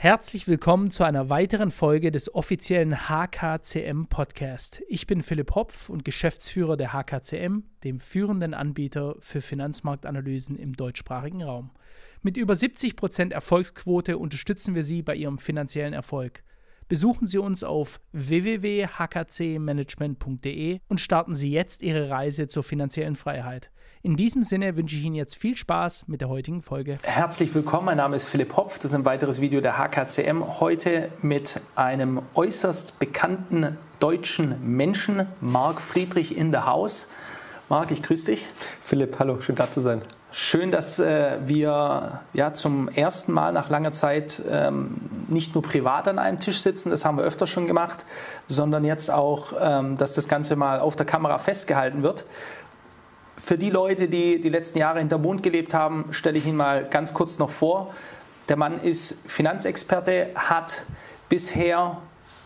Herzlich willkommen zu einer weiteren Folge des offiziellen HKCM Podcast. Ich bin Philipp Hopf und Geschäftsführer der HKCM, dem führenden Anbieter für Finanzmarktanalysen im deutschsprachigen Raum. Mit über 70% Erfolgsquote unterstützen wir Sie bei Ihrem finanziellen Erfolg. Besuchen Sie uns auf www.hkcmanagement.de und starten Sie jetzt Ihre Reise zur finanziellen Freiheit. In diesem Sinne wünsche ich Ihnen jetzt viel Spaß mit der heutigen Folge. Herzlich willkommen, mein Name ist Philipp Hopf, das ist ein weiteres Video der HKCM. Heute mit einem äußerst bekannten deutschen Menschen, Marc Friedrich in the house. Marc, ich grüße dich. Philipp, hallo, schön da zu sein. Schön, dass wir zum ersten Mal nach langer Zeit nicht nur privat an einem Tisch sitzen, das haben wir öfter schon gemacht, sondern jetzt auch, dass das Ganze mal auf der Kamera festgehalten wird. Für die Leute, die die letzten Jahre hinterm Mond gelebt haben, stelle ich ihn mal ganz kurz noch vor. Der Mann ist Finanzexperte, hat bisher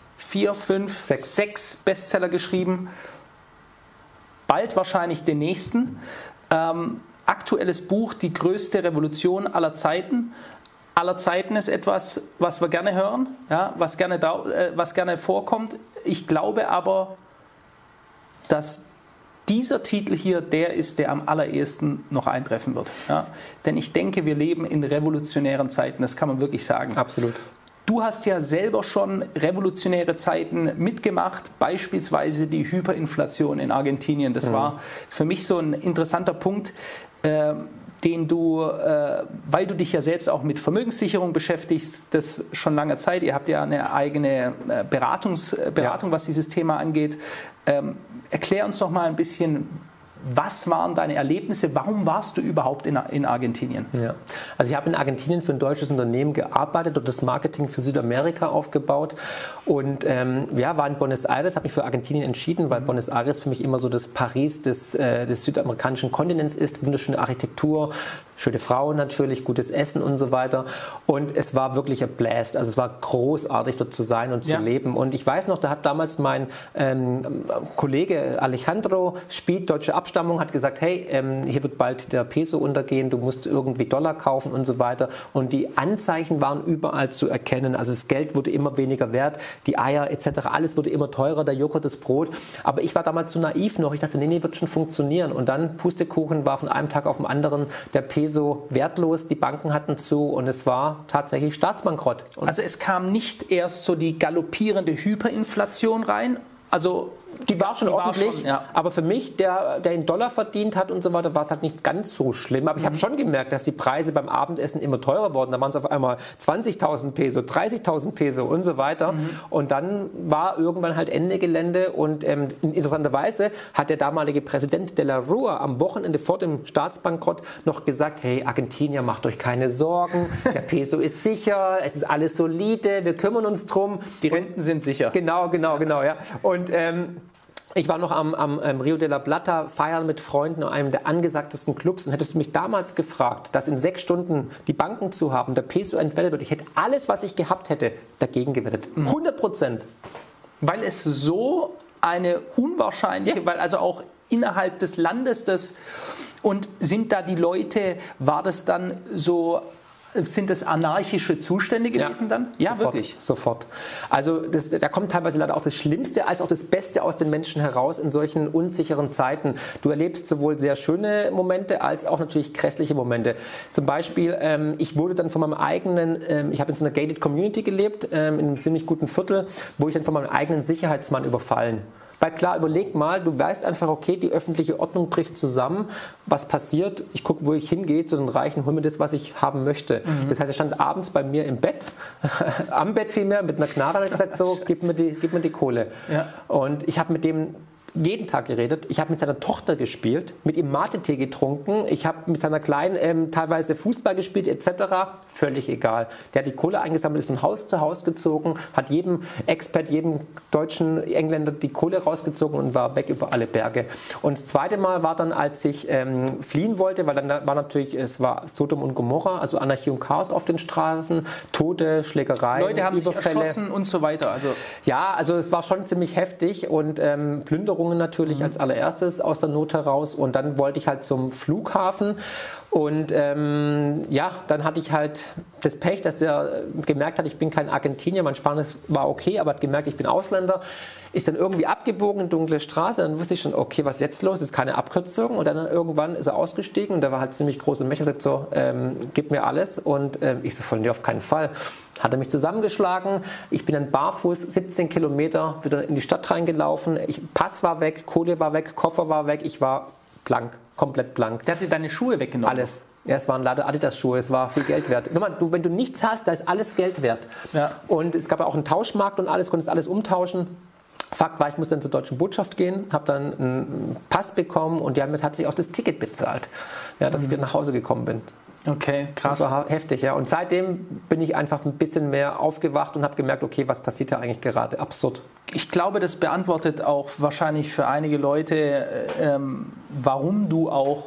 6 Bestseller geschrieben, bald wahrscheinlich den nächsten. Aktuelles Buch, die größte Revolution aller Zeiten. Aller Zeiten ist etwas, was wir gerne hören, ja, was gerne vorkommt. Ich glaube aber, dass dieser Titel hier der ist, der am allerersten noch eintreffen wird. Ja? Denn ich denke, wir leben in revolutionären Zeiten, das kann man wirklich sagen. Absolut. Du hast ja selber schon revolutionäre Zeiten mitgemacht, beispielsweise die Hyperinflation in Argentinien. Das war für mich so ein interessanter Punkt, den du, weil du dich ja selbst auch mit Vermögenssicherung beschäftigst, das schon lange Zeit. Ihr habt ja eine eigene Beratung, was dieses Thema angeht. Erklär uns doch mal ein bisschen, was waren deine Erlebnisse? Warum warst du überhaupt in Argentinien? Ja. Also ich habe in Argentinien für ein deutsches Unternehmen gearbeitet und das Marketing für Südamerika aufgebaut und war in Buenos Aires, habe mich für Argentinien entschieden, weil Buenos Aires für mich immer so das Paris des südamerikanischen Kontinents ist. Wunderschöne Architektur, schöne Frauen natürlich, gutes Essen und so weiter. Und es war wirklich ein Blast. Also es war großartig, dort zu sein und zu leben. Und ich weiß noch, da hat damals mein Kollege Alejandro Spied, deutsche Abstammung, hat gesagt, hey, hier wird bald der Peso untergehen, du musst irgendwie Dollar kaufen und so weiter. Und die Anzeichen waren überall zu erkennen. Also das Geld wurde immer weniger wert, die Eier etc., alles wurde immer teurer, der Joghurt, das Brot. Aber ich war damals so naiv noch. Ich dachte, nee, wird schon funktionieren. Und dann, Pustekuchen, war von einem Tag auf den anderen der Peso wertlos, die Banken hatten zu und es war tatsächlich Staatsbankrott. Und also es kam nicht erst so die galoppierende Hyperinflation rein, also die war schon ordentlich, aber für mich, der in Dollar verdient hat und so weiter, war es halt nicht ganz so schlimm. Aber ich habe schon gemerkt, dass die Preise beim Abendessen immer teurer wurden. Da waren es auf einmal 20.000 Peso, 30.000 Peso und so weiter. Und dann war irgendwann halt Ende Gelände und interessanterweise hat der damalige Präsident de la Rúa am Wochenende vor dem Staatsbankrott noch gesagt, hey Argentinier, macht euch keine Sorgen, der Peso ist sicher, es ist alles solide, wir kümmern uns drum. Die Renten sind sicher. Genau, ja. Und ich war noch am Rio de la Plata feiern mit Freunden in einem der angesagtesten Clubs und hättest du mich damals gefragt, dass in 6 Stunden die Banken zu haben, der Peso entwertet wird, ich hätte alles, was ich gehabt hätte, dagegen gewettet. 100%. Weil es so eine unwahrscheinliche, weil also auch innerhalb des Landes und sind da die Leute, war das dann so... Sind das anarchische Zustände gewesen dann? Ja, sofort, wirklich. Sofort. Also da kommt teilweise leider auch das Schlimmste als auch das Beste aus den Menschen heraus in solchen unsicheren Zeiten. Du erlebst sowohl sehr schöne Momente als auch natürlich grässliche Momente. Zum Beispiel, ich wurde dann von meinem eigenen, ich habe in so einer gated Community gelebt, in einem ziemlich guten Viertel, wo ich dann von meinem eigenen Sicherheitsmann überfallen. Weil klar, überleg mal, du weißt einfach, okay, die öffentliche Ordnung bricht zusammen. Was passiert? Ich gucke, wo ich hingehe, zu den Reichen, hol mir das, was ich haben möchte. Das heißt, er stand abends bei mir im Bett, am Bett vielmehr, mit einer Knarre und hat gesagt, so, gib mir die Kohle. Ja. Und ich habe mit dem jeden Tag geredet. Ich habe mit seiner Tochter gespielt, mit ihm Mate-Tee getrunken. Ich habe mit seiner Kleinen teilweise Fußball gespielt etc. Völlig egal. Der hat die Kohle eingesammelt, ist von Haus zu Haus gezogen, hat jedem Expat, jedem deutschen Engländer die Kohle rausgezogen und war weg über alle Berge. Und das zweite Mal war dann, als ich fliehen wollte, weil dann war natürlich, es war Sodom und Gomorra, also Anarchie und Chaos auf den Straßen, Tote, Schlägereien, Leute haben Überfälle. Sich erschossen und so weiter. Also ja, also es war schon ziemlich heftig und Plünderungen natürlich als allererstes aus der Not heraus und dann wollte ich halt zum Flughafen Und dann hatte ich halt das Pech, dass der gemerkt hat, ich bin kein Argentinier, mein Spanisch war okay, aber hat gemerkt, ich bin Ausländer. Ist dann irgendwie abgebogen in dunkle Straße, dann wusste ich schon, okay, was ist jetzt los? Das ist keine Abkürzung. Und dann irgendwann ist er ausgestiegen und der war halt ziemlich groß und mächtig und sagt so, gib mir alles. Und ich so, von dir auf keinen Fall. Hat er mich zusammengeschlagen. Ich bin dann barfuß 17 Kilometer wieder in die Stadt reingelaufen. Pass war weg, Kohle war weg, Koffer war weg. Ich war blank, komplett blank. Der hat dir deine Schuhe weggenommen? Alles. Ja, es waren leider Adidas-Schuhe, es war viel Geld wert. Wenn du nichts hast, da ist alles Geld wert. Ja. Und es gab auch einen Tauschmarkt und alles, konntest alles umtauschen. Fakt war, ich musste dann zur Deutschen Botschaft gehen, habe dann einen Pass bekommen und die haben mir tatsächlich auch das Ticket bezahlt, ja, dass ich wieder nach Hause gekommen bin. Okay, krass. Das war heftig, ja. Und seitdem bin ich einfach ein bisschen mehr aufgewacht und habe gemerkt, okay, was passiert da eigentlich gerade? Absurd. Ich glaube, das beantwortet auch wahrscheinlich für einige Leute, warum du auch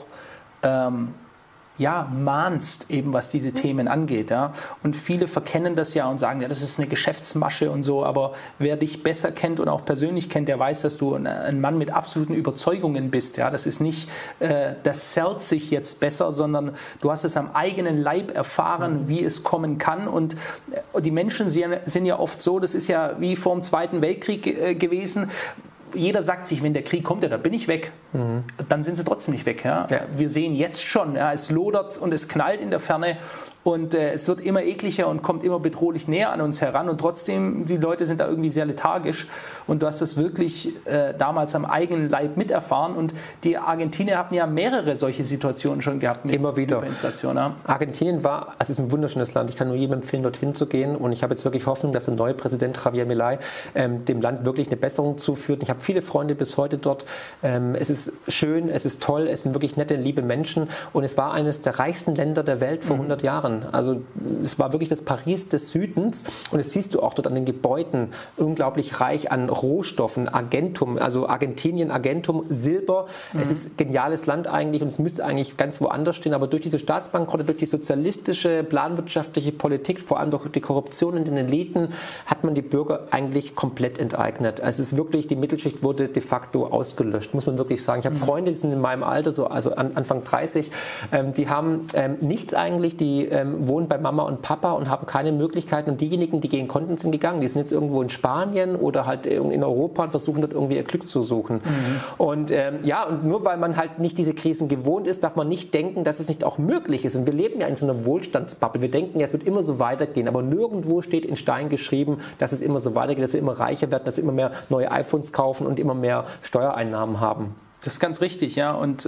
mahnst, eben was diese Themen angeht. Ja? Und viele verkennen das ja und sagen, ja, das ist eine Geschäftsmasche und so, aber wer dich besser kennt und auch persönlich kennt, der weiß, dass du ein Mann mit absoluten Überzeugungen bist. Ja? Das ist nicht, das zählt sich jetzt besser, sondern du hast es am eigenen Leib erfahren, wie es kommen kann. Und die Menschen sind ja oft so, das ist ja wie vor dem Zweiten Weltkrieg gewesen. Jeder sagt sich, wenn der Krieg kommt, ja, da bin ich weg. Dann sind sie trotzdem nicht weg. Ja? Ja. Wir sehen jetzt schon, ja, es lodert und es knallt in der Ferne und es wird immer ekliger und kommt immer bedrohlich näher an uns heran und trotzdem, die Leute sind da irgendwie sehr lethargisch und du hast das wirklich damals am eigenen Leib miterfahren und die Argentinier hatten ja mehrere solche Situationen schon gehabt mit immer wieder. Inflation. Ja. Argentinien es ist ein wunderschönes Land, ich kann nur jedem empfehlen, dorthin zu gehen und ich habe jetzt wirklich Hoffnung, dass der neue Präsident Javier Milei dem Land wirklich eine Besserung zuführt. Ich habe viele Freunde bis heute dort, es ist schön, es ist toll, es sind wirklich nette, liebe Menschen und es war eines der reichsten Länder der Welt vor 100 Jahren. Also es war wirklich das Paris des Südens und das siehst du auch dort an den Gebäuden, unglaublich reich an Rohstoffen, Argentum, also Argentinien, Argentum, Silber. Es ist ein geniales Land eigentlich und es müsste eigentlich ganz woanders stehen, aber durch diese Staatsbankrotte, durch die sozialistische, planwirtschaftliche Politik, vor allem durch die Korruption in den Eliten, hat man die Bürger eigentlich komplett enteignet. Also es ist wirklich, die Mittelschicht wurde de facto ausgelöscht, muss man wirklich sagen. Ich habe Freunde, die sind in meinem Alter, also Anfang 30, die haben nichts eigentlich, die wohnen bei Mama und Papa und haben keine Möglichkeiten und diejenigen, die gehen konnten, sind gegangen. Die sind jetzt irgendwo in Spanien oder halt in Europa und versuchen dort irgendwie ihr Glück zu suchen. Und und nur weil man halt nicht diese Krisen gewohnt ist, darf man nicht denken, dass es nicht auch möglich ist. Und wir leben ja in so einer Wohlstandsbubble. Wir denken, ja, es wird immer so weitergehen, aber nirgendwo steht in Stein geschrieben, dass es immer so weitergeht, dass wir immer reicher werden, dass wir immer mehr neue iPhones kaufen und immer mehr Steuereinnahmen haben. Das ist ganz richtig, ja. Und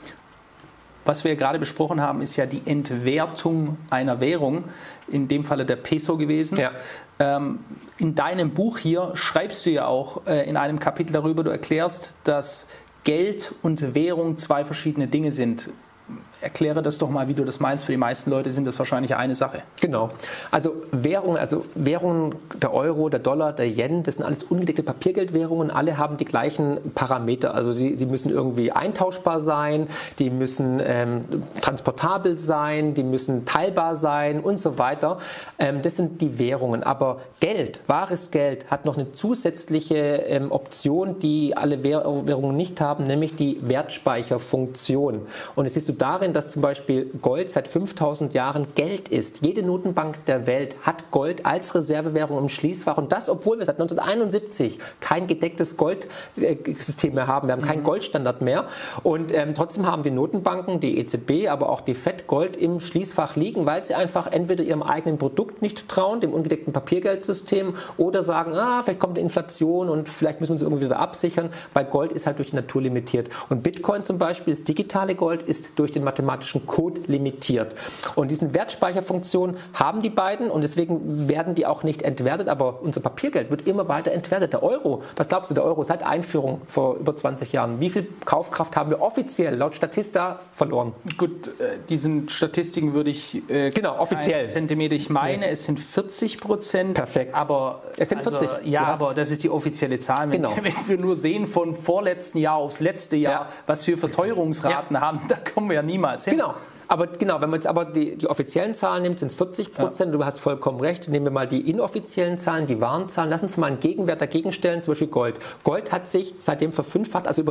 was wir gerade besprochen haben, ist ja die Entwertung einer Währung, in dem Falle der Peso gewesen. Ja. In deinem Buch hier schreibst du ja auch in einem Kapitel darüber, du erklärst, dass Geld und Währung zwei verschiedene Dinge sind. Erkläre das doch mal, wie du das meinst. Für die meisten Leute sind das wahrscheinlich eine Sache. Genau. Also Währungen, der Euro, der Dollar, der Yen, das sind alles ungedeckte Papiergeldwährungen. Alle haben die gleichen Parameter. Also die müssen irgendwie eintauschbar sein, die müssen transportabel sein, die müssen teilbar sein und so weiter. Das sind die Währungen. Aber Geld, wahres Geld, hat noch eine zusätzliche Option, die alle Währungen nicht haben, nämlich die Wertspeicherfunktion. Und das siehst du darin, dass zum Beispiel Gold seit 5000 Jahren Geld ist. Jede Notenbank der Welt hat Gold als Reservewährung im Schließfach und das, obwohl wir seit 1971 kein gedecktes Goldsystem mehr haben. Wir haben keinen Goldstandard mehr und trotzdem haben die Notenbanken, die EZB, aber auch die FED Gold im Schließfach liegen, weil sie einfach entweder ihrem eigenen Produkt nicht trauen, dem ungedeckten Papiergeldsystem, oder sagen, vielleicht kommt eine Inflation und vielleicht müssen wir uns irgendwie wieder absichern, weil Gold ist halt durch die Natur limitiert. Und Bitcoin zum Beispiel, das digitale Gold, ist durch den mathematischen Code limitiert. Und diese Wertspeicherfunktion haben die beiden und deswegen werden die auch nicht entwertet, aber unser Papiergeld wird immer weiter entwertet. Der Euro, was glaubst du, der Euro seit Einführung vor über 20 Jahren, wie viel Kaufkraft haben wir offiziell laut Statista verloren? Gut, diesen Statistiken würde ich offiziell. Zentimeter, ich meine, es sind 40%. Perfekt. Aber es sind 40. Ja, aber das ist die offizielle Zahl. Wenn wir nur sehen von vorletzten Jahr aufs letzte Jahr, was wir Verteuerungsraten haben, da kommen wir ja niemals hin. Genau. Aber genau, wenn man jetzt aber die offiziellen Zahlen nimmt, sind es 40%. Ja. Du hast vollkommen recht. Nehmen wir mal die inoffiziellen Zahlen, die wahren Zahlen. Lass uns mal einen Gegenwert dagegen stellen, zum Beispiel Gold. Gold hat sich seitdem verfünffacht, also über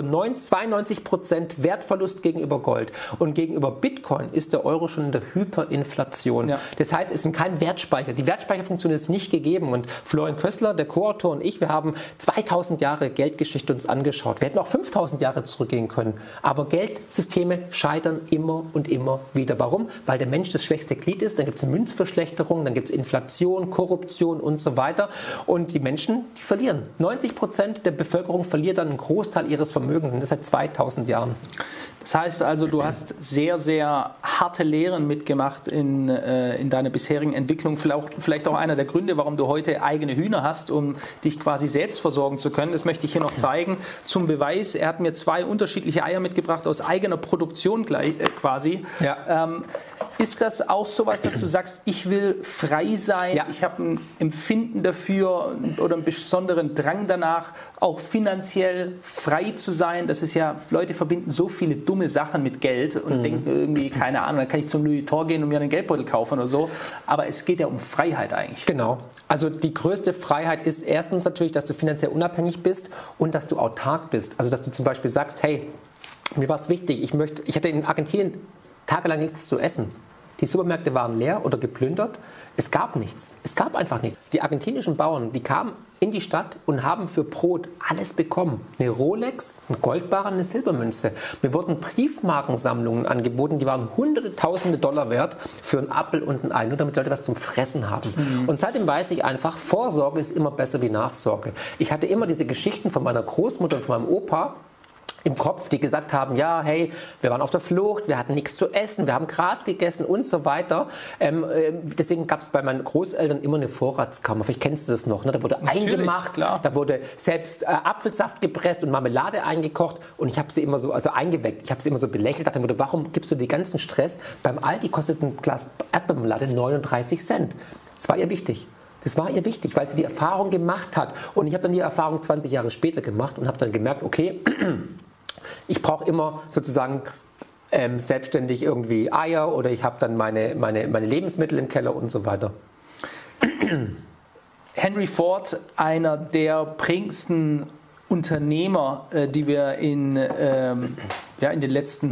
92% Wertverlust gegenüber Gold. Und gegenüber Bitcoin ist der Euro schon in der Hyperinflation. Ja. Das heißt, es ist kein Wertspeicher. Die Wertspeicherfunktion ist nicht gegeben. Und Florian Kössler, der Co-Autor, und ich, wir haben 2000 Jahre Geldgeschichte uns angeschaut. Wir hätten auch 5000 Jahre zurückgehen können. Aber Geldsysteme scheitern immer und immer wieder. Warum? Weil der Mensch das schwächste Glied ist. Dann gibt es Münzverschlechterung, dann gibt es Inflation, Korruption und so weiter. Und die Menschen, die verlieren. 90% der Bevölkerung verliert dann einen Großteil ihres Vermögens. Und das seit 2000 Jahren. Das heißt also, du hast sehr, sehr harte Lehren mitgemacht in deiner bisherigen Entwicklung. Vielleicht auch einer der Gründe, warum du heute eigene Hühner hast, um dich quasi selbst versorgen zu können. Das möchte ich hier noch zeigen. Zum Beweis, er hat mir 2 unterschiedliche Eier mitgebracht aus eigener Produktion quasi. Ja. Ist das auch sowas, dass du sagst, ich will frei sein, ja. Ich habe ein Empfinden dafür oder einen besonderen Drang danach, auch finanziell frei zu sein? Das ist ja, Leute verbinden so viele dumme Sachen mit Geld und denken irgendwie, keine Ahnung, dann kann ich zum Louis Vuitton gehen und mir einen Geldbeutel kaufen oder so. Aber es geht ja um Freiheit eigentlich. Genau. Also die größte Freiheit ist erstens natürlich, dass du finanziell unabhängig bist und dass du autark bist. Also dass du zum Beispiel sagst, hey, mir war es wichtig, ich hatte in Argentinien tagelang nichts zu essen. Die Supermärkte waren leer oder geplündert. Es gab nichts. Es gab einfach nichts. Die argentinischen Bauern, die kamen in die Stadt und haben für Brot alles bekommen. Eine Rolex, ein Goldbarren, eine Silbermünze. Mir wurden Briefmarkensammlungen angeboten, die waren hunderte, tausende Dollar wert für einen Apfel und ein Ei, nur damit Leute was zum Fressen haben. Und seitdem weiß ich einfach, Vorsorge ist immer besser wie Nachsorge. Ich hatte immer diese Geschichten von meiner Großmutter und von meinem Opa im Kopf, die gesagt haben, ja, hey, wir waren auf der Flucht, wir hatten nichts zu essen, wir haben Gras gegessen und so weiter. Deswegen gab es bei meinen Großeltern immer eine Vorratskammer. Vielleicht kennst du das noch. Ne? Da wurde eingemacht, klar. Da wurde selbst Apfelsaft gepresst und Marmelade eingekocht und ich habe sie immer so, also eingeweckt, ich habe sie immer so belächelt, dachte mir, warum gibst du den ganzen Stress? Beim Aldi kostet ein Glas Erdbeermarmelade 39 Cent. Das war ihr wichtig. Das war ihr wichtig, weil sie die Erfahrung gemacht hat. Und ich habe dann die Erfahrung 20 Jahre später gemacht und habe dann gemerkt, okay, ich brauche immer sozusagen selbstständig irgendwie Eier oder ich habe dann meine Lebensmittel im Keller und so weiter. Henry Ford, einer der prägendsten Unternehmer, die wir in den letzten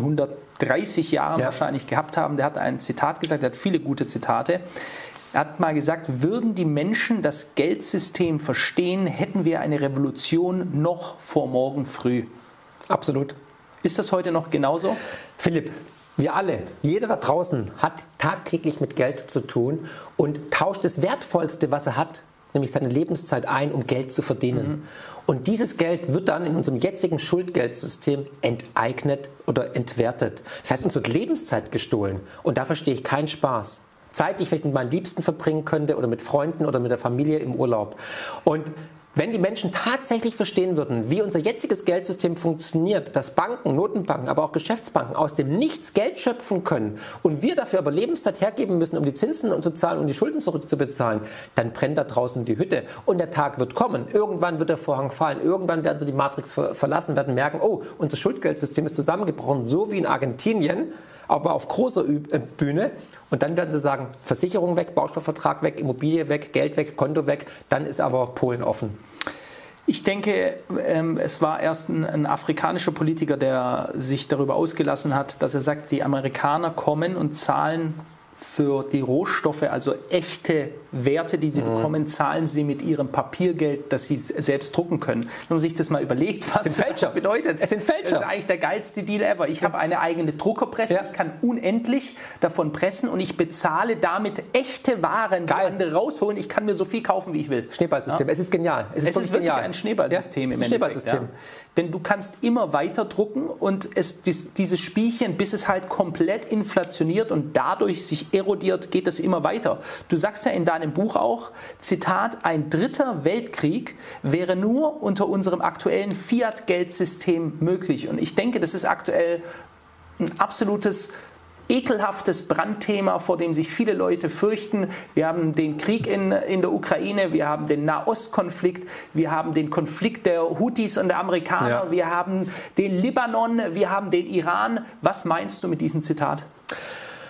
130 Jahren wahrscheinlich gehabt haben, der hat ein Zitat gesagt, er hat viele gute Zitate. Er hat mal gesagt, würden die Menschen das Geldsystem verstehen, hätten wir eine Revolution noch vor morgen früh. Absolut. Ist das heute noch genauso? Philipp, wir alle, jeder da draußen hat tagtäglich mit Geld zu tun und tauscht das Wertvollste, was er hat, nämlich seine Lebenszeit ein, um Geld zu verdienen. Und dieses Geld wird dann in unserem jetzigen Schuldgeldsystem enteignet oder entwertet. Das heißt, uns wird Lebenszeit gestohlen und da verstehe ich keinen Spaß. Zeit, die ich vielleicht mit meinen Liebsten verbringen könnte oder mit Freunden oder mit der Familie im Urlaub. Und wenn die Menschen tatsächlich verstehen würden, wie unser jetziges Geldsystem funktioniert, dass Banken, Notenbanken, aber auch Geschäftsbanken aus dem Nichts Geld schöpfen können und wir dafür aber Lebenszeit hergeben müssen, um die Zinsen zu zahlen und die Schulden zurückzubezahlen, dann brennt da draußen die Hütte und der Tag wird kommen. Irgendwann wird der Vorhang fallen, irgendwann werden sie die Matrix verlassen, werden merken, oh, unser Schuldgeldsystem ist zusammengebrochen, so wie in Argentinien, aber auf großer Bühne. Und dann werden sie sagen, Versicherung weg, Bausparvertrag weg, Immobilie weg, Geld weg, Konto weg. Dann ist aber Polen offen. Ich denke, es war erst ein afrikanischer Politiker, der sich darüber ausgelassen hat, dass er sagt, die Amerikaner kommen und zahlen für die Rohstoffe, also echte Werte, die sie bekommen, zahlen sie mit ihrem Papiergeld, das sie selbst drucken können. Wenn man sich das mal überlegt, was das bedeutet. Es sind Fälscher. Das ist eigentlich der geilste Deal ever. Ich habe eine eigene Druckerpresse, ich kann unendlich davon pressen und ich bezahle damit echte Waren, die andere rausholen. Ich kann mir so viel kaufen, wie ich will. Schneeballsystem. Es ist genial. Es ist wirklich genial. Ein Schneeballsystem im Endeffekt. Ja. Denn du kannst immer weiter drucken und dieses Spielchen, bis es halt komplett inflationiert und dadurch sich erodiert, geht es immer weiter. Du sagst ja in deinem Buch auch, Zitat, ein dritter Weltkrieg wäre nur unter unserem aktuellen Fiat-Geldsystem möglich. Und ich denke, das ist aktuell ein absolutes ekelhaftes Brandthema, vor dem sich viele Leute fürchten. Wir haben den Krieg in der Ukraine, wir haben den Nahostkonflikt, wir haben den Konflikt der Houthis und der Amerikaner, wir haben den Libanon, wir haben den Iran. Was meinst du mit diesem Zitat?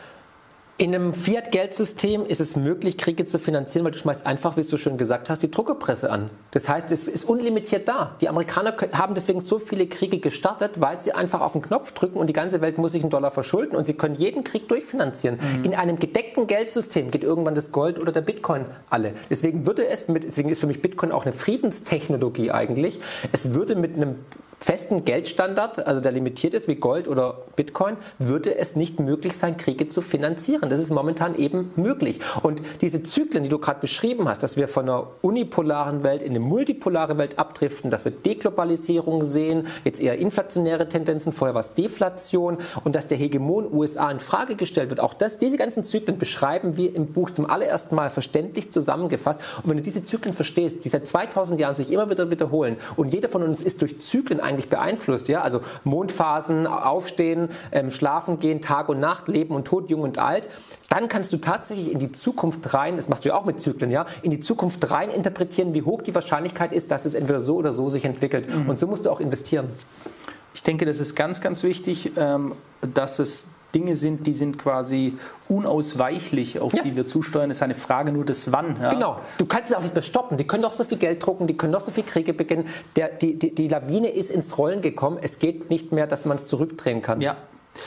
In einem Fiat-Geldsystem ist es möglich, Kriege zu finanzieren, weil du schmeißt einfach, wie du so schön gesagt hast, die Druckerpresse an. Das heißt, es ist unlimitiert da. Die Amerikaner haben deswegen so viele Kriege gestartet, weil sie einfach auf den Knopf drücken und die ganze Welt muss sich einen Dollar verschulden und sie können jeden Krieg durchfinanzieren. In einem gedeckten Geldsystem geht irgendwann das Gold oder der Bitcoin alle. Deswegen ist für mich Bitcoin auch eine Friedenstechnologie eigentlich. Es würde mit einem festen Geldstandard, also der limitiert ist wie Gold oder Bitcoin, würde es nicht möglich sein, Kriege zu finanzieren. Das ist momentan eben möglich. Und diese Zyklen, die du gerade beschrieben hast, dass wir von einer unipolaren Welt in eine multipolare Welt abdriften, dass wir Deglobalisierung sehen, jetzt eher inflationäre Tendenzen, vorher war es Deflation und dass der Hegemon USA in Frage gestellt wird. Auch diese ganzen Zyklen beschreiben wir im Buch zum allerersten Mal verständlich zusammengefasst. Und wenn du diese Zyklen verstehst, die seit 2000 Jahren sich immer wieder wiederholen und jeder von uns ist durch Zyklen eigentlich beeinflusst, ja, also Mondphasen, Aufstehen, Schlafen gehen, Tag und Nacht, Leben und Tod, Jung und Alt, dann kannst du tatsächlich in die Zukunft rein, das machst du ja auch mit Zyklen, ja, in die Zukunft rein interpretieren, wie hoch die Wahrscheinlichkeit ist, dass es entweder so oder so sich entwickelt. Und so musst du auch investieren. Ich denke, das ist ganz, ganz wichtig, dass es Dinge sind, die sind quasi unausweichlich, auf die wir zusteuern. Es ist eine Frage nur des Wann. Ja? Genau. Du kannst es auch nicht mehr stoppen. Die können doch so viel Geld drucken, die können doch so viel Kriege beginnen. Die Lawine ist ins Rollen gekommen. Es geht nicht mehr, dass man es zurückdrehen kann. Ja.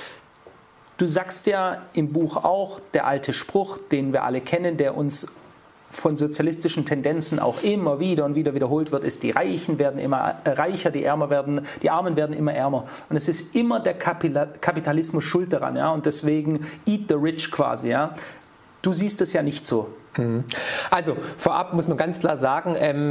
Du sagst ja im Buch auch, der alte Spruch, den wir alle kennen, der uns von sozialistischen Tendenzen auch immer wieder und wieder wiederholt wird, ist, die Reichen werden immer reicher, die Armen werden immer ärmer. Und es ist immer der Kapitalismus schuld daran, ja? Und deswegen eat the rich quasi, ja? Du siehst es ja nicht so. Also vorab muss man ganz klar sagen,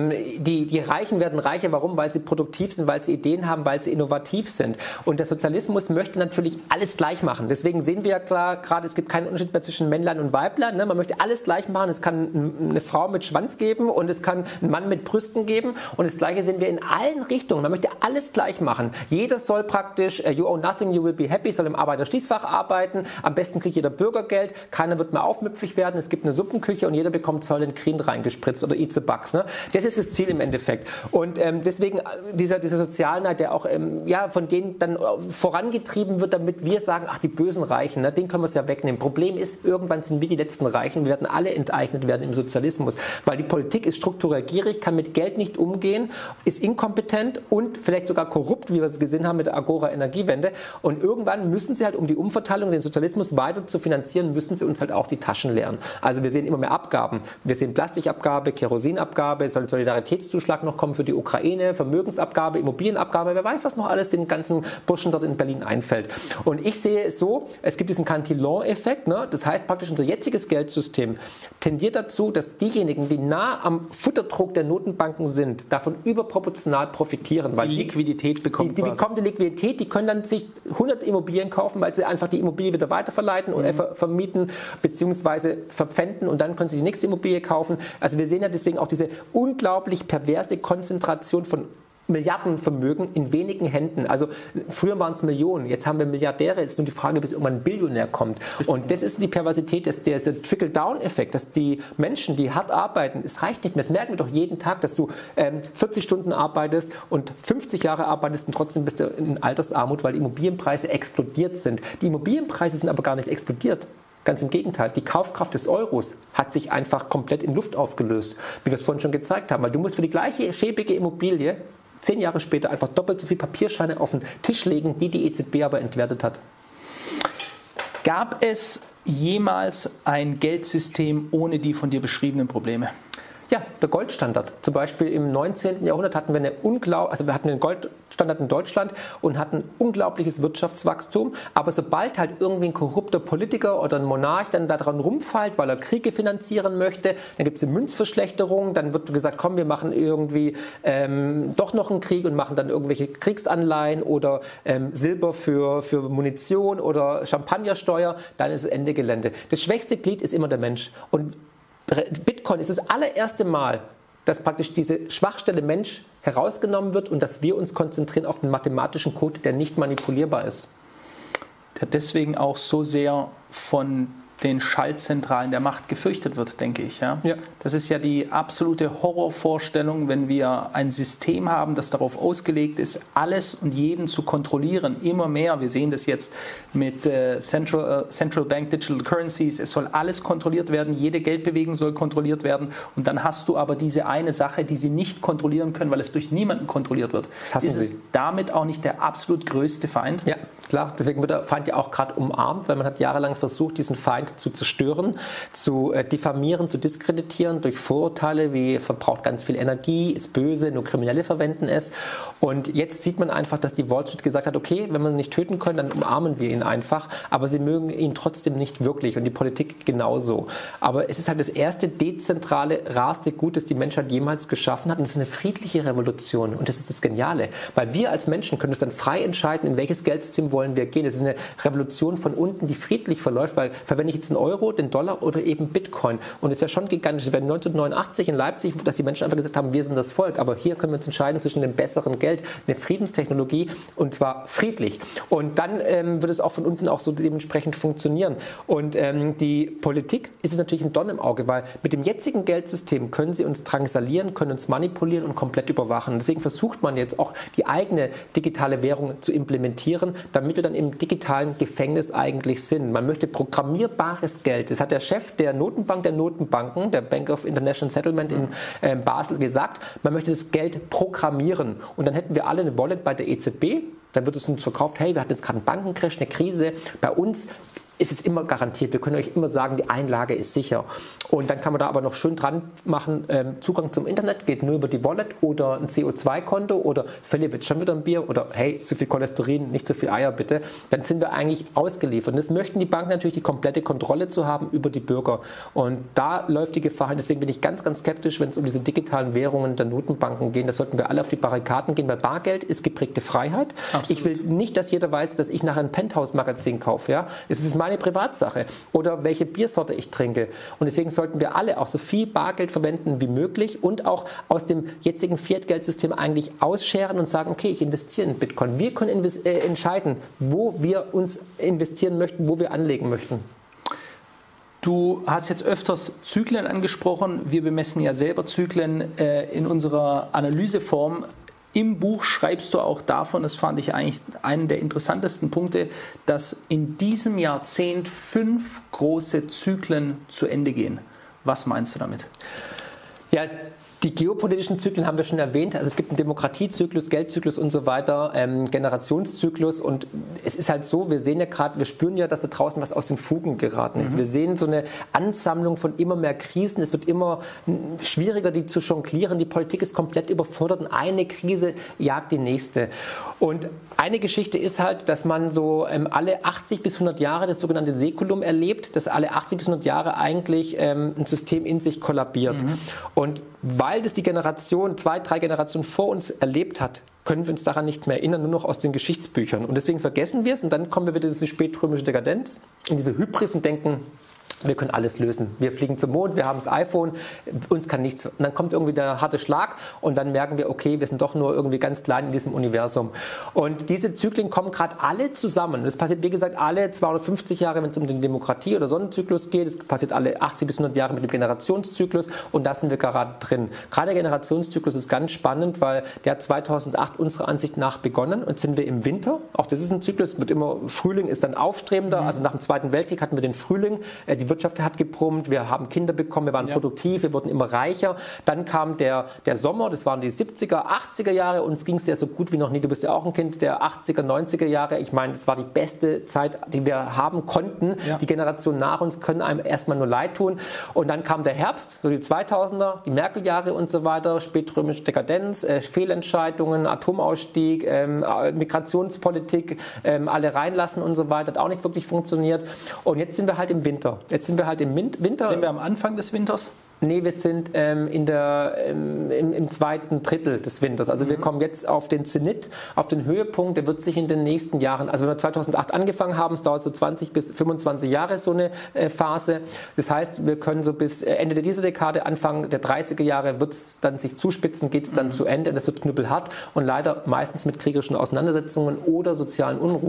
die Reichen werden reicher. Warum? Weil sie produktiv sind, weil sie Ideen haben, weil sie innovativ sind. Und der Sozialismus möchte natürlich alles gleich machen. Deswegen sehen wir ja klar, gerade es gibt keinen Unterschied mehr zwischen Männlein und Weiblein. Ne? Man möchte alles gleich machen. Es kann eine Frau mit Schwanz geben und es kann einen Mann mit Brüsten geben. Und das Gleiche sehen wir in allen Richtungen. Man möchte alles gleich machen. Jeder soll praktisch, you owe nothing, you will be happy, soll im Arbeiterschließfach arbeiten. Am besten kriegt jeder Bürgergeld. Keiner wird mehr aufmüpfig werden. Es gibt eine Suppenküche und jeder bekommt Zoll in Green reingespritzt oder Eat the Bugs. Ne? Das ist das Ziel im Endeffekt. Und deswegen dieser Sozialneid, der auch von denen dann vorangetrieben wird, damit wir sagen, ach, die bösen Reichen, ne, den können wir es ja wegnehmen. Problem ist, irgendwann sind wir die letzten Reichen. Wir werden alle enteignet werden im Sozialismus, weil die Politik ist strukturell gierig, kann mit Geld nicht umgehen, ist inkompetent und vielleicht sogar korrupt, wie wir es gesehen haben mit der Agora-Energiewende. Und irgendwann müssen sie halt, um die Umverteilung, den Sozialismus weiter zu finanzieren, müssen sie uns halt auch die Taschen leeren. Also wir sehen immer mehr Abgaben. Wir sehen Plastikabgabe, Kerosinabgabe, soll Solidaritätszuschlag noch kommen für die Ukraine, Vermögensabgabe, Immobilienabgabe, wer weiß, was noch alles den ganzen Burschen dort in Berlin einfällt. Und ich sehe es so, es gibt diesen Cantillon-Effekt, ne? Das heißt praktisch, unser jetziges Geldsystem tendiert dazu, dass diejenigen, die nah am Futterdruck der Notenbanken sind, davon überproportional profitieren. Weil die Liquidität bekommen. Die bekommen die Liquidität, die können dann sich 100 Immobilien kaufen, weil sie einfach die Immobilie wieder weiterverleiten oder vermieten bzw. verpfänden und dann können sie die nächste Immobilie kaufen. Also wir sehen ja deswegen auch diese unglaublich perverse Konzentration von Milliardenvermögen in wenigen Händen. Also früher waren es Millionen, jetzt haben wir Milliardäre, jetzt ist nur die Frage, bis irgendwann ein Billionär kommt. Und das ist die Perversität, der Trickle-Down-Effekt, dass die Menschen, die hart arbeiten, es reicht nicht mehr, das merken wir doch jeden Tag, dass du 40 Stunden arbeitest und 50 Jahre arbeitest und trotzdem bist du in Altersarmut, weil die Immobilienpreise explodiert sind. Die Immobilienpreise sind aber gar nicht explodiert. Ganz im Gegenteil, die Kaufkraft des Euros hat sich einfach komplett in Luft aufgelöst, wie wir es vorhin schon gezeigt haben. Weil du musst für die gleiche schäbige Immobilie 10 Jahre später einfach doppelt so viel Papierscheine auf den Tisch legen, die EZB aber entwertet hat. Gab es jemals ein Geldsystem ohne die von dir beschriebenen Probleme? Ja, der Goldstandard. Zum Beispiel im 19. Jahrhundert hatten wir wir hatten den Goldstandard in Deutschland und hatten unglaubliches Wirtschaftswachstum. Aber sobald halt irgendwie ein korrupter Politiker oder ein Monarch dann daran rumfällt, weil er Kriege finanzieren möchte, dann gibt es eine Münzverschlechterung, dann wird gesagt, komm, wir machen irgendwie doch noch einen Krieg und machen dann irgendwelche Kriegsanleihen oder Silber für Munition oder Champagnersteuer, dann ist Ende Gelände. Das schwächste Glied ist immer der Mensch. Und Bitcoin ist das allererste Mal, dass praktisch diese Schwachstelle Mensch herausgenommen wird und dass wir uns konzentrieren auf den mathematischen Code, der nicht manipulierbar ist. Der deswegen auch so sehr von den Schaltzentralen der Macht gefürchtet wird, denke ich. Ja? Ja. Das ist ja die absolute Horrorvorstellung, wenn wir ein System haben, das darauf ausgelegt ist, alles und jeden zu kontrollieren, immer mehr. Wir sehen das jetzt mit Central Bank Digital Currencies. Es soll alles kontrolliert werden, jede Geldbewegung soll kontrolliert werden. Und dann hast du aber diese eine Sache, die sie nicht kontrollieren können, weil es durch niemanden kontrolliert wird. Ist es damit auch nicht der absolut größte Feind? Ja, klar. Deswegen wird der Feind ja auch gerade umarmt, weil man hat jahrelang versucht, diesen Feind zu zerstören, zu diffamieren, zu diskreditieren durch Vorurteile wie verbraucht ganz viel Energie, ist böse, nur Kriminelle verwenden es. Und jetzt sieht man einfach, dass die Wall Street gesagt hat, okay, wenn wir ihn nicht töten können, dann umarmen wir ihn einfach, aber sie mögen ihn trotzdem nicht wirklich und die Politik genauso. Aber es ist halt das erste dezentrale, rarste Gut, das die Menschheit jemals geschaffen hat und es ist eine friedliche Revolution und das ist das Geniale, weil wir als Menschen können uns dann frei entscheiden, in welches Geldsystem wollen wir gehen. Es ist eine Revolution von unten, die friedlich verläuft, weil verwende ich jetzt den Euro, den Dollar oder eben Bitcoin. Und es wäre schon gigantisch. Es wäre 1989 in Leipzig, dass die Menschen einfach gesagt haben, wir sind das Volk. Aber hier können wir uns entscheiden zwischen dem besseren Geld, eine Friedenstechnologie und zwar friedlich. Und dann wird es auch von unten auch so dementsprechend funktionieren. Und die Politik ist es natürlich ein Dorn im Auge, weil mit dem jetzigen Geldsystem können sie uns drangsalieren, können uns manipulieren und komplett überwachen. Deswegen versucht man jetzt auch die eigene digitale Währung zu implementieren, damit wir dann im digitalen Gefängnis eigentlich sind. Man möchte programmierbares Geld. Das hat der Chef der Notenbank der Notenbanken, der Bank of International Settlement in Basel gesagt. Man möchte das Geld programmieren. Und dann hätten wir alle eine Wallet bei der EZB. Dann wird es uns verkauft, hey, wir hatten jetzt gerade einen Bankencrash, eine Krise. Bei uns ist es immer garantiert. Wir können euch immer sagen, die Einlage ist sicher. Und dann kann man da aber noch schön dran machen, Zugang zum Internet geht nur über die Wallet oder ein CO2-Konto oder Philipp, jetzt schon wieder ein Bier oder hey, zu viel Cholesterin, nicht zu viel Eier bitte. Dann sind wir eigentlich ausgeliefert. Und das möchten die Banken natürlich, die komplette Kontrolle zu haben über die Bürger. Und da läuft die Gefahr hin. Deswegen bin ich ganz, ganz skeptisch, wenn es um diese digitalen Währungen der Notenbanken geht. Da sollten wir alle auf die Barrikaden gehen, weil Bargeld ist geprägte Freiheit. Absolut. Ich will nicht, dass jeder weiß, dass ich nachher ein Penthouse-Magazin kaufe. Ja? Es ist meine Privatsache oder welche Biersorte ich trinke. Und deswegen sollten wir alle auch so viel Bargeld verwenden wie möglich und auch aus dem jetzigen Fiat-Geldsystem eigentlich ausscheren und sagen, okay, ich investiere in Bitcoin. Wir können entscheiden, wo wir uns investieren möchten, wo wir anlegen möchten. Du hast jetzt öfters Zyklen angesprochen. Wir bemessen ja selber Zyklen in unserer Analyseform. Im Buch schreibst du auch davon, das fand ich eigentlich einen der interessantesten Punkte, dass in diesem Jahrzehnt 5 große Zyklen zu Ende gehen. Was meinst du damit? Ja, die geopolitischen Zyklen haben wir schon erwähnt. Also es gibt einen Demokratiezyklus, Geldzyklus und so weiter, Generationszyklus. Und es ist halt so, wir sehen ja gerade, wir spüren ja, dass da draußen was aus den Fugen geraten ist. Wir sehen so eine Ansammlung von immer mehr Krisen. Es wird immer schwieriger, die zu jonglieren. Die Politik ist komplett überfordert und eine Krise jagt die nächste. Und eine Geschichte ist halt, dass man so alle 80 bis 100 Jahre das sogenannte Säkulum erlebt, dass alle 80 bis 100 Jahre eigentlich ein System in sich kollabiert. Und weil das die Generation, 2, 3 Generationen vor uns erlebt hat, können wir uns daran nicht mehr erinnern, nur noch aus den Geschichtsbüchern. Und deswegen vergessen wir es und dann kommen wir wieder in diese spätrömische Dekadenz, in diese Hybris und denken, wir können alles lösen. Wir fliegen zum Mond, wir haben das iPhone, uns kann nichts. Und dann kommt irgendwie der harte Schlag und dann merken wir, okay, wir sind doch nur irgendwie ganz klein in diesem Universum. Und diese Zyklen kommen gerade alle zusammen. Das passiert, wie gesagt, alle 250 Jahre, wenn es um den Demokratie- oder Sonnenzyklus geht. Das passiert alle 80 bis 100 Jahre mit dem Generationszyklus und da sind wir gerade drin. Gerade der Generationszyklus ist ganz spannend, weil der hat 2008 unserer Ansicht nach begonnen und sind wir im Winter. Auch das ist ein Zyklus, wird immer, Frühling ist dann aufstrebender. Also nach dem Zweiten Weltkrieg hatten wir den Frühling, die Wirtschaft hat gebrummt, wir haben Kinder bekommen, wir waren produktiv, wir wurden immer reicher. Dann kam der Sommer, das waren die 70er, 80er Jahre und es ging es ja so gut wie noch nie. Du bist ja auch ein Kind der 80er, 90er Jahre. Ich meine, das war die beste Zeit, die wir haben konnten. Ja. Die Generation nach uns können einem erstmal nur leid tun. Und dann kam der Herbst, so die 2000er, die Merkel-Jahre und so weiter, spätrömische Dekadenz, Fehlentscheidungen, Atomausstieg, Migrationspolitik, alle reinlassen und so weiter, hat auch nicht wirklich funktioniert. Und jetzt sind wir halt im Winter. Jetzt sind wir halt im Winter. Sind wir am Anfang des Winters? Nee, wir sind im zweiten Drittel des Winters. Also wir kommen jetzt auf den Zenit, auf den Höhepunkt. Der wird sich in den nächsten Jahren, also wenn wir 2008 angefangen haben, es dauert so 20 bis 25 Jahre so eine Phase. Das heißt, wir können so bis Ende dieser Dekade, Anfang der 30er Jahre wird es dann sich zuspitzen, geht es dann zu Ende. Das wird knüppelhart und leider meistens mit kriegerischen Auseinandersetzungen oder sozialen Unruhen.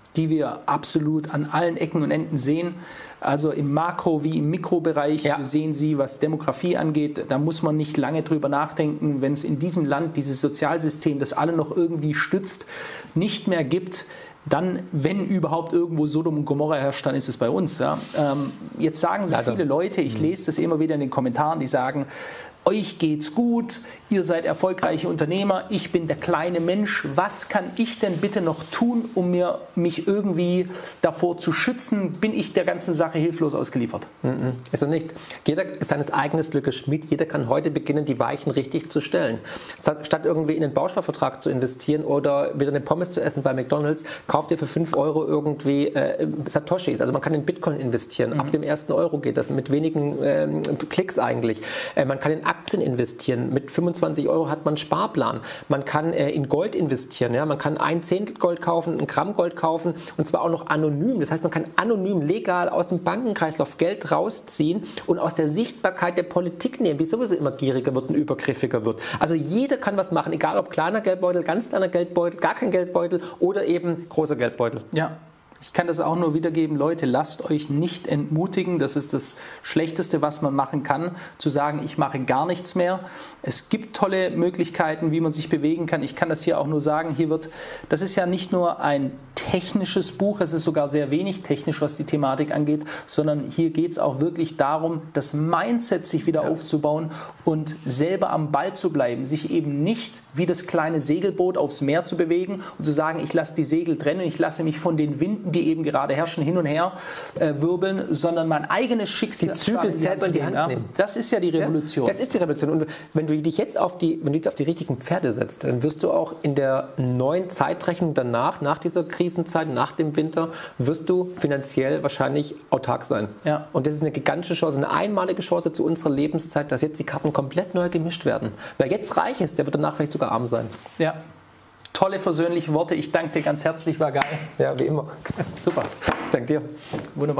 die wir absolut an allen Ecken und Enden sehen. Also im Makro- wie im Mikrobereich. Wir sehen sie, was Demografie angeht. Da muss man nicht lange drüber nachdenken. Wenn es in diesem Land dieses Sozialsystem, das alle noch irgendwie stützt, nicht mehr gibt, dann, wenn überhaupt irgendwo Sodom und Gomorra herrscht, dann ist es bei uns. Ja. Jetzt sagen sich viele Leute, ich lese das immer wieder in den Kommentaren, die sagen, euch geht's gut, ihr seid erfolgreiche Unternehmer, ich bin der kleine Mensch. Was kann ich denn bitte noch tun, um mich irgendwie davor zu schützen? Bin ich der ganzen Sache hilflos ausgeliefert? Ist er nicht. Jeder ist seines eigenen Glückes Schmied. Jeder kann heute beginnen, die Weichen richtig zu stellen. Statt irgendwie in einen Bausparvertrag zu investieren oder wieder eine Pommes zu essen bei McDonald's, kauft ihr für 5 Euro irgendwie Satoshis. Also man kann in Bitcoin investieren. Ab dem ersten Euro geht das mit wenigen Klicks eigentlich. Man kann in Aktien investieren. Mit 25 Euro hat man einen Sparplan. Man kann in Gold investieren. Ja? Man kann 1/10 Gold kaufen, 1 Gramm Gold kaufen und zwar auch noch anonym. Das heißt, man kann anonym, legal aus dem Bankenkreislauf Geld rausziehen und aus der Sichtbarkeit der Politik nehmen, die sowieso immer gieriger wird und übergriffiger wird. Also jeder kann was machen, egal ob kleiner Geldbeutel, ganz kleiner Geldbeutel, gar kein Geldbeutel oder eben großer Geldbeutel. Ja. Ich kann das auch nur wiedergeben, Leute, lasst euch nicht entmutigen. Das ist das Schlechteste, was man machen kann, zu sagen, ich mache gar nichts mehr. Es gibt tolle Möglichkeiten, wie man sich bewegen kann. Ich kann das hier auch nur sagen, das ist ja nicht nur ein technisches Buch, es ist sogar sehr wenig technisch, was die Thematik angeht, sondern hier geht es auch wirklich darum, das Mindset sich wieder aufzubauen und selber am Ball zu bleiben, sich eben nicht wie das kleine Segelboot aufs Meer zu bewegen und zu sagen, ich lasse die Segel trennen, ich lasse mich von den Winden, die eben gerade herrschen, hin und her wirbeln, sondern mein eigenes Schicksal die Zügel selber in die Hand nehmen. Das ist ja die Revolution. Ja, das ist die Revolution. Und wenn du dich jetzt auf die richtigen Pferde setzt, dann wirst du auch in der neuen Zeitrechnung danach, nach dieser Krisenzeit, nach dem Winter, wirst du finanziell wahrscheinlich autark sein. Ja. Und das ist eine gigantische Chance, eine einmalige Chance zu unserer Lebenszeit, dass jetzt die Karten komplett neu gemischt werden. Wer jetzt reich ist, der wird danach vielleicht sogar arm sein. Ja. Tolle, versöhnliche Worte. Ich danke dir ganz herzlich, war geil. Ja, wie immer. Super. Ich danke dir. Wunderbar.